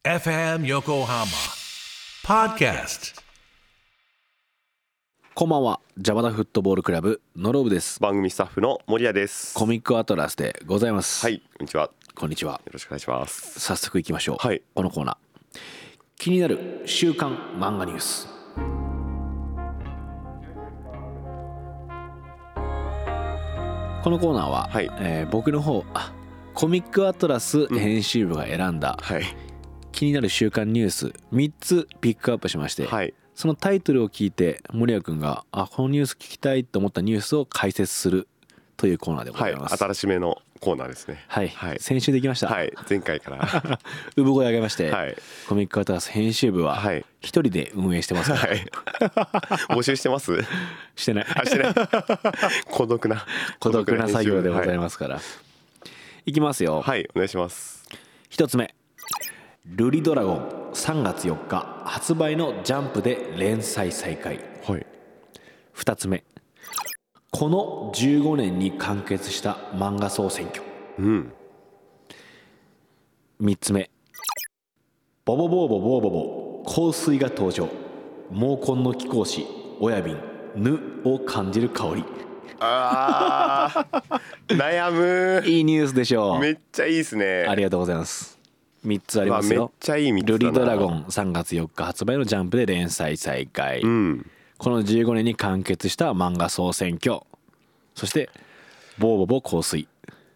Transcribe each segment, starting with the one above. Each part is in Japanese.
FM Yokohama Podcast。 こんばんは。ジャパタフットボールクラブのロブです。 番組スタッフの森谷です。 コミックアトラスでございます。 はい、こんにちは。 こんにちは。 よろしくお願いします。 早速いきましょう。 はい。 このコーナー、気になる週刊漫画ニュース。このコーナーは、 はい僕の方コミックアトラス編集部が選んだ、 はい気になる週刊ニュース3つピックアップしまして、 はいそのタイトルを聞いて森谷くんがこのニュース聞きたいと思ったニュースを解説するというコーナーでございます。 新しめのコーナーですね。 はい、 はい、 先週できました。 はい、前回から産声上げまして、 はい、 コミックアトラス編集部は一人で運営してますから、 はい、募集してます？ してないしてない孤独な作業でございますから、いきますよ。 はい、お願いします。 一つ目、ルリドラゴン3月4日発売のジャンプで連載再開。 はい。 二つ目、この15年に完結した漫画総選挙。三つ目、ボボボーボボーボボ香水が登場、毛根の貴公子親瓶ぬを感じる香り。 悩む。 いいニュースでしょう。 めっちゃいいですね。 ありがとうございます。3つありますよ。 めっちゃいい3つだな。 ルリドラゴン3月4日発売のジャンプで連載再開、この15年に完結した漫画総選挙、そしてボーボボ香水。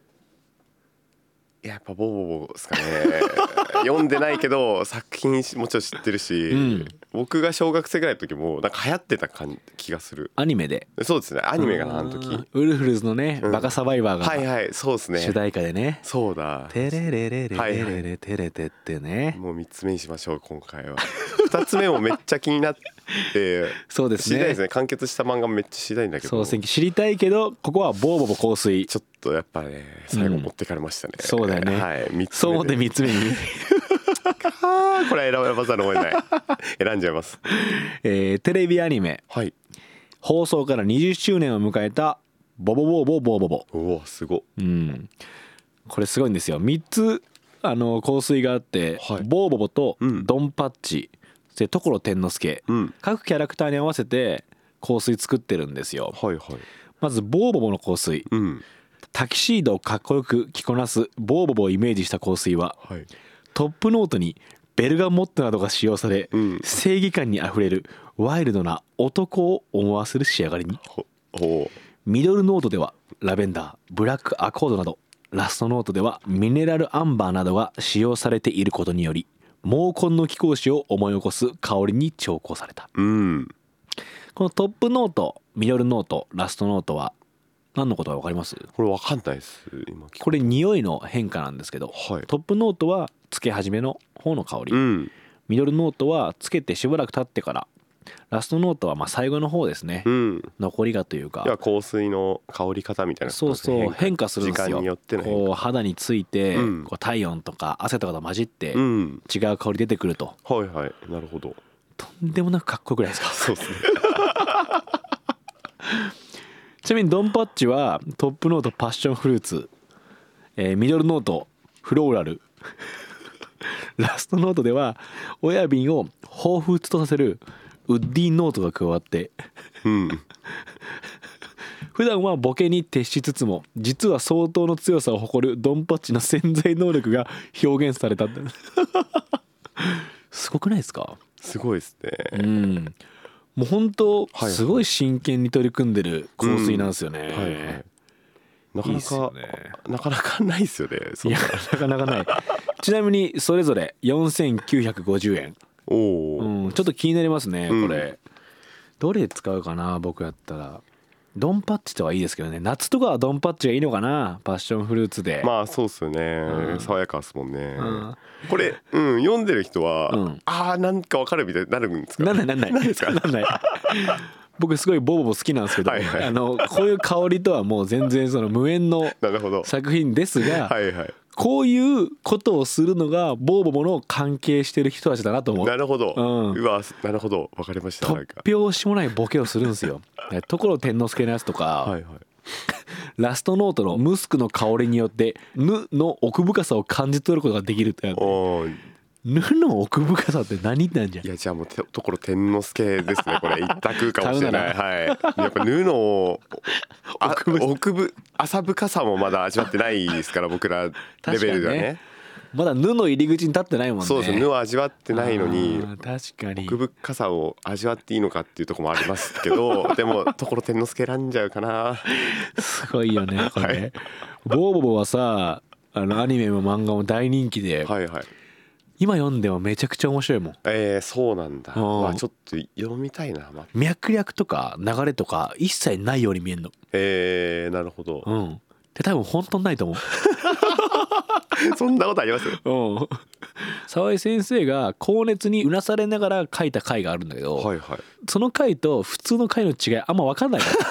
やっぱボーボボですかね。読んでないけど作品もちろん知ってるし、僕が小学生ぐらいの時もなんか流行ってた気がする。 アニメで。 そうですね、アニメがあの時ウルフルズのね、バカサバイバーがはいはいそうですね主題歌でね。 そうだ、 テレレレレレレレテレテってね。 もう3つ目にしましょう今回は。2つ目もめっちゃ気になってそうですね、 知りたいですね。完結した漫画めっちゃ知りたいんだけど、 総選挙知りたいけど、ここはボーボボ香水ちょっとやっぱね最後持ってかれましたね。 そうだよね、 はい、3つ目でそう思って3つ目にこれは選ばざるを得ない。選んじゃいます。 テレビアニメ、 はい、 放送から20周年を迎えたボボボーボボーボボ。 おおすご。 これすごいんですよ。3つ香水があって、 はい、 ボーボボとドンパッチ、で所天之助、各キャラクターに合わせて香水作ってるんですよ。 はいはい。 まずボーボボの香水、タキシードをかっこよく着こなすボーボボをイメージした香水は、トップノートにベルガモットなどが使用され、正義感にあふれるワイルドな男を思わせる仕上がりに。ミドルノートではラベンダー、ブラックアコードなど、ラストノートではミネラルアンバーなどが使用されていることにより、毛根の貴公子を思い起こす香りに調香された。このトップノート、ミドルノート、ラストノートは何のことか分かります？ これ分かんないです。今これ匂いの変化なんですけど、トップノートはつけ始めの方の香り、ミドルノートはつけてしばらく経ってから、ラストノートは最後の方ですね、残りがというか、 香水の香り方みたいな、 そうそう変化するんですよ。 時間によってのこう肌について、こう体温とか汗とかと混じって、違う香り出てくると。 はいはい、なるほど。 とんでもなくかっこよくないですか？ そうですね。 ちなみにドンパッチはトップノートパッションフルーツ、ミドルノートフローラルラストノートでは親瓶を彷彿とさせるウッディノートが加わって、普段はボケに徹しつつも実は相当の強さを誇るドンパッチの潜在能力が表現されたすごくないですか？ すごいですね。 もう本当すごい真剣に取り組んでる香水なんですよね。 なかなかなかなかないですよね。 いやなかなかない。ちなみにそれぞれ4950円。ちょっと気になりますねこれ。どれ使うかな僕やったら。ドンパッチとはいいですけどね、夏とかはドンパッチがいいのかな、パッションフルーツで。 まあそうっすよね、爽やかですもんね、これ、読んでる人は、なんかわかるみたいになるんですか？ なんないですか？ なんない僕すごいボボボ好きなんですけど、こういう香りとはもう全然その無縁の作品ですが、こういうことをするのがボーボボの関係してる人たちだなと思う。 なるほど、うわなるほど、分かりました。 突拍子もないボケをするんですよ。所天之助のやつとか、ラストノートのムスクの香りによって「ぬ」の奥深さを感じ取ることができるってぬの奥深さって何ってなんじゃん。 いやじゃあもう所天之助ですねこれ一択かもしれない。はいやっぱ布の浅深さもまだ味わってないですから僕らレベルではね。 まだ布の入り口に立ってないもんね。 そうですね、布を味わってないのに確かに奥深さを味わっていいのかっていうところもありますけどでも所天之助選んじゃうかな。 すごいよねこれ、はい、ボーボボはさアニメも漫画も大人気で、 はいはい、 今読んでもめちゃくちゃ面白いもん。 そうなんだ。まあちょっと読みたいな、 脈略とか流れとか一切ないように見えんの。 なるほど。 で多分本当にないと思うそんなことあります？ 沢井先生が高熱にうなされながら書いた回があるんだけど、はいはい、その回と普通の回の違いあんま分かんないから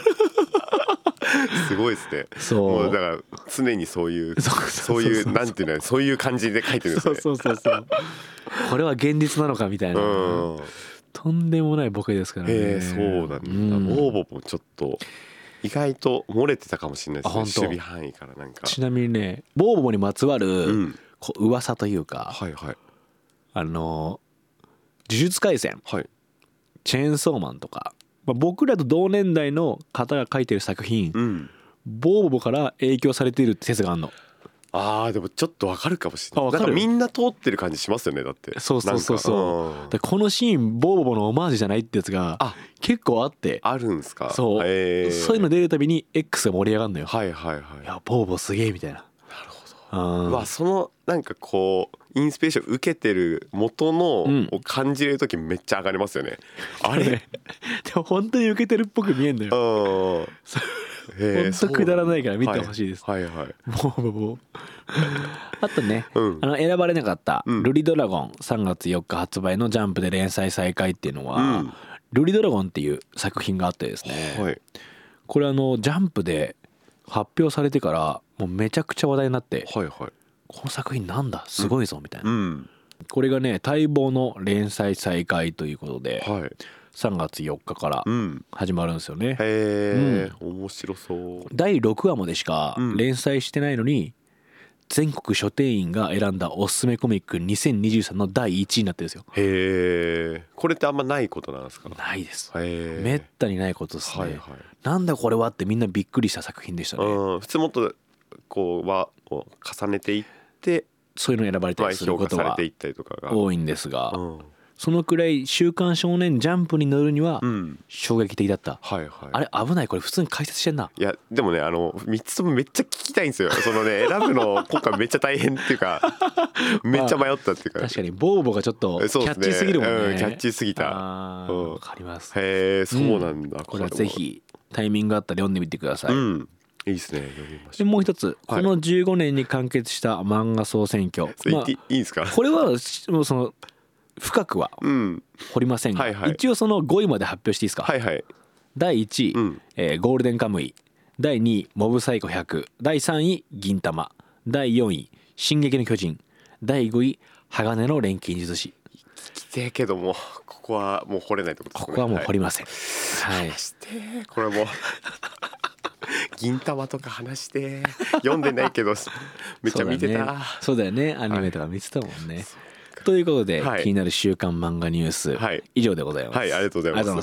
すごいですね。 そうもうだから常にそういうなんていうのそういう感じで書いてるんですね。 そうこれは現実なのかみたいな、とんでもないボケですからね。 そうなんだ。ボーボもちょっと意外と漏れてたかもしれないですね。守備範囲からなんか。 ちなみにねボーボにまつわる、こう噂というか、 はいはい、 呪術廻戦、 はい、 チェーンソーマンとか、僕らと同年代の方が書いてる作品、ボーボから影響されているって説があるの。 でもちょっとわかるかもしれない。なんかみんな通ってる感じしますよね。だってそうでこのシーンボーボのオマージュじゃないってやつが結構あってあるんすか。 そういうの出るたびに X が盛り上がるのよ。 はいはいはい。 いやボーボすげえみたいな。 なるほど。そのなんかこうインスピレーション受けてる元のを感じれる時めっちゃ上がりますよね。あれでも本当に受けてるっぽく見えんのよ。本当くだらないから見てほしいです。 はいはい。 もうあとね、選ばれなかったルリドラゴン3月4日発売のジャンプで連載再開っていうのは、ルリドラゴンっていう作品があってですね、これジャンプで発表されてからもうめちゃくちゃ話題になって、この作品なんだすごいぞみたいな、これがね待望の連載再開ということで、3月4日から始まるんですよね。 面白そう。 第6話までしか連載してないのに、全国書店員が選んだおすすめコミック2023の第1位になってるんですよ。 これってあんまないことなんですか？ ないです。めったにないことですね。なんだこれはってみんなびっくりした作品でしたね。 普通もっとこう輪を重ねていってそういうの選ばれたりすることが多いんですが、そのくらい週刊少年ジャンプに載るには衝撃的だった、あれ危ないこれ普通に解説してんな。 いやでもね3つともめっちゃ聞きたいんですよ。そのね選ぶの今回めっちゃ大変っていうかめっちゃ迷ったっていうか、 確かにボーボがちょっとキャッチーすぎるもんね。 キャッチーすぎた。 わかります。 そうなんだ。 これはぜひタイミングあったら読んでみてください。 いいですね。読みましょう。 でもう一つ、この15年に完結した漫画総選挙、 いいんですか？ これはもうその深くは掘りませんが、一応その5位まで発表していいですか？第1位、ゴールデンカムイ、第2位モブサイコ100、第3位銀魂、第4位進撃の巨人、第5位鋼の錬金術師。 聞きてえけどもここはもう掘れないってことですね。 ここはもう掘りません。 話してこれもう銀魂とか話して読んでないけどめっちゃ見てた。 そうだよね、アニメとか見てたもんね。ということで、気になる週刊漫画ニュース、以上でございます。 ありがとうございます。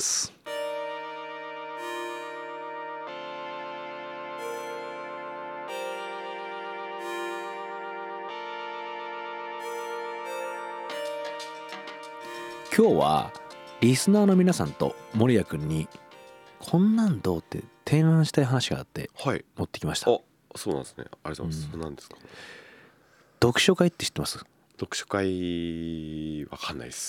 今日はリスナーの皆さんと森谷くんにこんなんどうって提案したい話があって持ってきました。 そうなんですね。ありがとうございます。何ですか？ 読書会って知ってます？ 読書会わかんないです。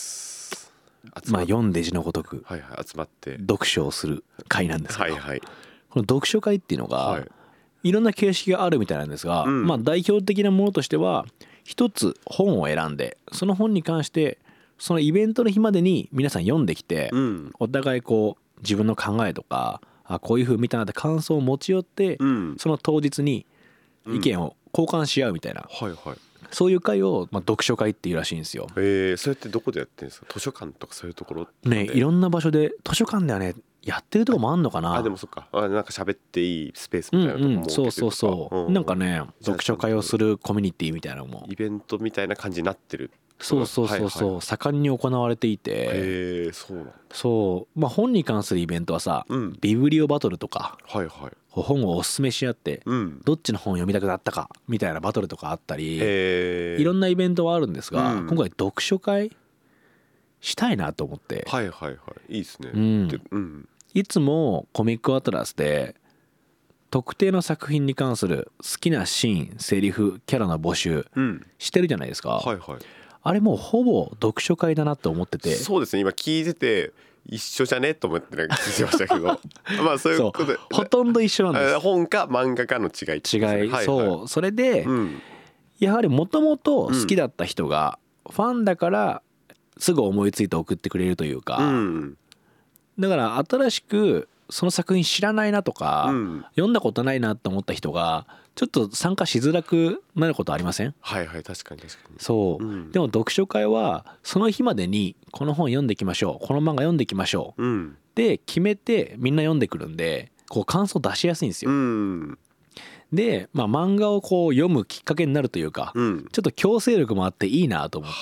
読んで字のごとく集まって読書をする会なんですけど、この読書会っていうのがいろんな形式があるみたいなんですが、代表的なものとしては一つ本を選んで、その本に関してそのイベントの日までに皆さん読んできて、お互いこう自分の考えとかこういう風見たなって感想を持ち寄って、その当日に意見を交換し合うみたいな、そういう会を読書会っていうらしいんですよ。 それってどこでやってるんですか？図書館とかそういうところね、いろんな場所で、図書館ではねやってるとこもあんのかな。 でもそっか、なんか喋っていいスペースみたいなとこも設けてるとか、 そうそうそう、なんかね読書会をするコミュニティみたいなのもイベントみたいな感じになってる。 そう、盛んに行われていて、 へえ、そうなんだ。 そう、本に関するイベントはさ、ビブリオバトルとか、本をおすすめし合って、どっちの本を読みたくなったかみたいなバトルとかあったり、いろんなイベントはあるんですが、今回読書会したいなと思って。 いいですね。 いつもコミックアトラスで特定の作品に関する好きなシーン、セリフ、キャラの募集してるじゃないですか。あれもうほぼ読書会だなと思ってて。 そうですね、今聞いてて一緒じゃねと思って聞いてましたけどまあそういうことでほとんど一緒なんです。 本か漫画かの違い、 そう、それで、やはりもともと好きだった人がファンだからすぐ思いついて送ってくれるというか、だから新しくその作品知らないなとか、読んだことないなと思った人がちょっと参加しづらくなることありません？ 確かにそう、でも読書会はその日までにこの本読んでいきましょう、この漫画読んでいきましょう、で決めてみんな読んでくるんで、こう感想出しやすいんですよ。で、漫画をこう読むきっかけになるというか、ちょっと強制力もあっていいなと思って、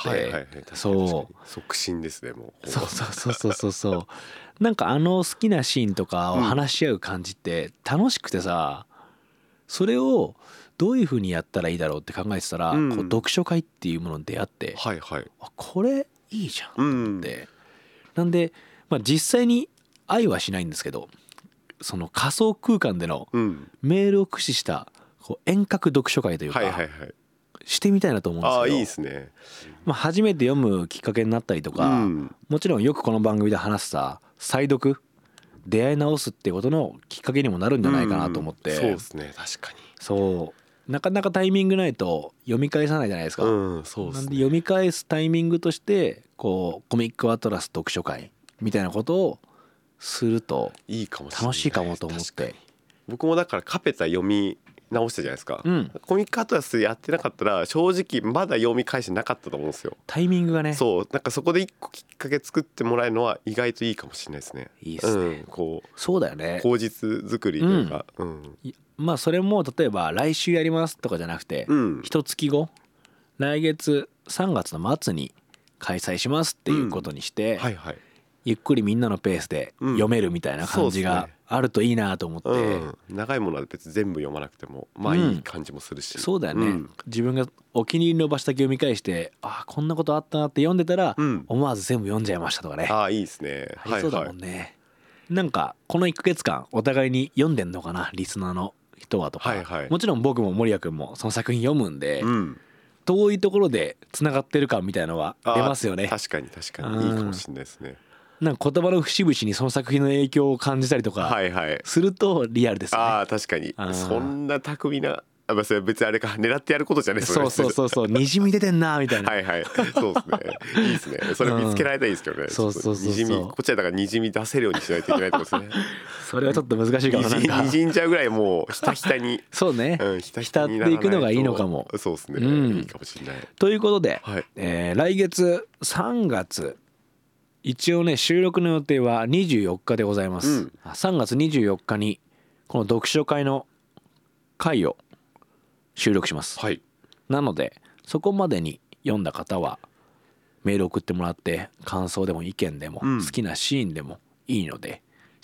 そう促進ですね、もう。 そうなんか好きなシーンとかを話し合う感じって楽しくてさ、それをどういう風にやったらいいだろうって考えてたら、こう読書会っていうものに出会って、これいいじゃんと思って、なんで、実際に会いはしないんですけど、その仮想空間でのメールを駆使したこう遠隔読書会というか、してみたいなと思うんですけど。 いいですね。 初めて読むきっかけになったりとか、もちろんよくこの番組で話すさ再読、出会い直すってことのきっかけにもなるんじゃないかなと思って。 そうですね、確かに。 そうなかなかタイミングないと読み返さないじゃないですか。なんで読み返すタイミングとしてこうコミックアトラス読書会みたいなことをするといいかもしれない、 楽しいかもと思って。 僕もだからカペタ読み直したじゃないですか、コミックアトラスやってなかったら正直まだ読み返してなかったと思うんですよ、 タイミングがね。 そう、なんかそこで一個きっかけ作ってもらえるのは意外といいかもしれないですね。 いいですね、 こうそうだよね、 口実作りというか、 それも例えば来週やりますとかじゃなくて、一月後、来月3月の末に開催しますっていうことにして、ゆっくりみんなのペースで読めるみたいな感じがあるといいなと思って、 長いものは別に全部読まなくてもいい感じもするし、 そうだよね、自分がお気に入りの場所だけ読み返して、こんなことあったなって読んでたら、思わず全部読んじゃいましたとかね。 いいですね。 そうだもんね、なんかこの1ヶ月間お互いに読んでんのかな、リスナーの人はとか、もちろん僕も守谷君もその作品読むんで、遠いところでつながってる感みたいなのは出ますよね。 確かにいいかもしれないですね。 なんか言葉の節々にその作品の影響を感じたりとかするとリアルですね。 確かにそんな巧みな、それ別にあれか、狙ってやることじゃないですね。そうにじみ出てんなみたいな。 そうですね、いいですね。それ見つけられたらいいですけどね。にじみ、こっちはだからにじみ出せるようにしないといけないってことですね。 それはちょっと難しいかも。 にじんじゃうぐらいもうひたひたにそうね、浸っていくのがいいのかも。 そうですね、いいかもしれない。 ということで、来月3月一応ね、収録の予定は24日でございます、3月24日にこの読書会の回を収録します、なのでそこまでに読んだ方はメール送ってもらって、感想でも意見でも、好きなシーンでもいいので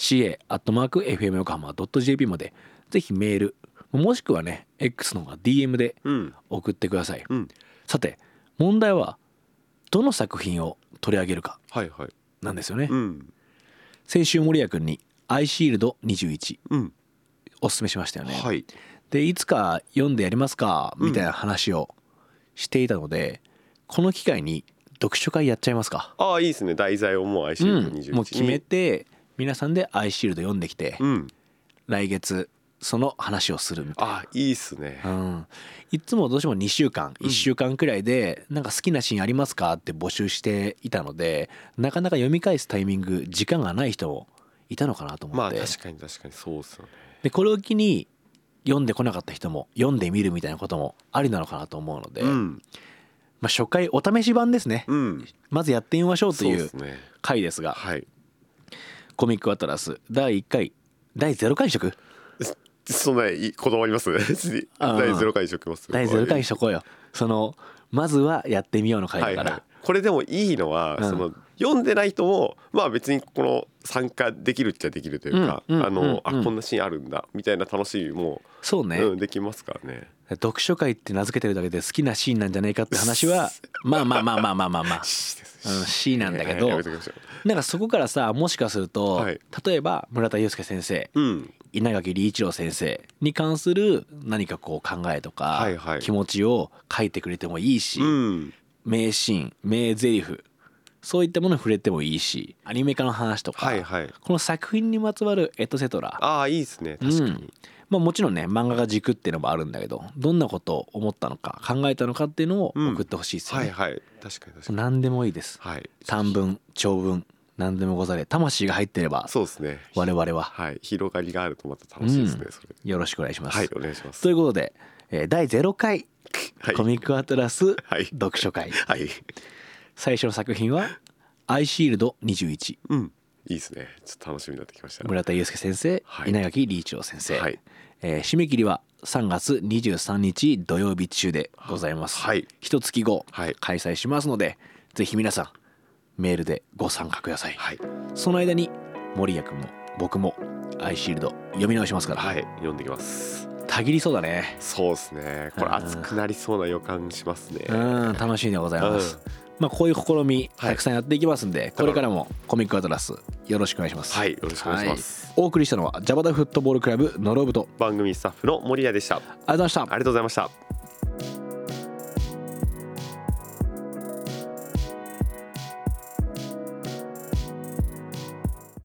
ca@fmyokohama.jp までぜひメール、もしくはね X の方が DM で送ってください、さて問題はどの作品を取り上げるかなんですよね、先週守谷君にアイシールド21、おすすめしましたよね、でいつか読んでやりますかみたいな話をしていたので、この機会に読書会やっちゃいますか。 いいですね。題材をもうアイシールド21、 もう決めて皆さんでアイシールド読んできて、来月その話をするみたいな。 いいっすね、 いつもどうしても2週間1週間くらいでなんか好きなシーンありますかって募集していたので、なかなか読み返すタイミング時間がない人もいたのかなと思って、 確かにそうっすよね。 でこれを機に読んでこなかった人も読んでみるみたいなこともありなのかなと思うので、初回お試し版ですね、まずやってみましょうという回ですが、 コミックアトラス第1回第0回にしとく。 そんなこだわります第0回にしときます。 第0回にしとこうよ。まずはやってみようの回だから、 はいはい、これでもいいのは、読んでない人もまあ別にこの参加できるっちゃできるというか、こんなシーンあるんだみたいな楽しみもそうね、 できますからね。 読書会って名付けてるだけで好きなシーンなんじゃないかって話はまあC なんだけど、なんかそこからさ、もしかすると、例えば村田祐介先生、稲垣理一郎先生に関する何かこう考えとか気持ちを書いてくれてもいいし、名シーン名台詞そういったものに触れてもいいし、アニメ化の話とか、この作品にまつわるエトセトラ、 いいですね、確かに。 もちろんね漫画が軸っていうのもあるんだけど、どんなことを思ったのか考えたのかっていうのを送ってほしいですよね。 確かに何でもいいです、短文長文何でもござれ、魂が入ってればそうですね、 我々は、 広がりがあるとまた楽しいですね、それよろしくお願いします。 お願いします。 ということで、第0回コミックアトラス読書会、最初の作品はアイシールド21、 いいですね、ちょっと楽しみになってきました。 村田祐介先生、稲垣理一郎先生、締め切りは3月23日土曜日中でございます。一月後開催しますので、ぜひ皆さんメールでご参加ください。その間に森谷君も僕もアイシールド読み直しますから、 読んできます。 たぎりそうだね。 そうですね、これ熱くなりそうな予感しますね。 楽しみでございます。こういう試みたくさんやっていきますんで、これからもコミックアトラスよろしくお願いします。 よろしくお願いします。 お送りしたのはジャパダフットボールクラブのロブと番組スタッフの森谷でした。 ありがとうございました。 ありがとうございました。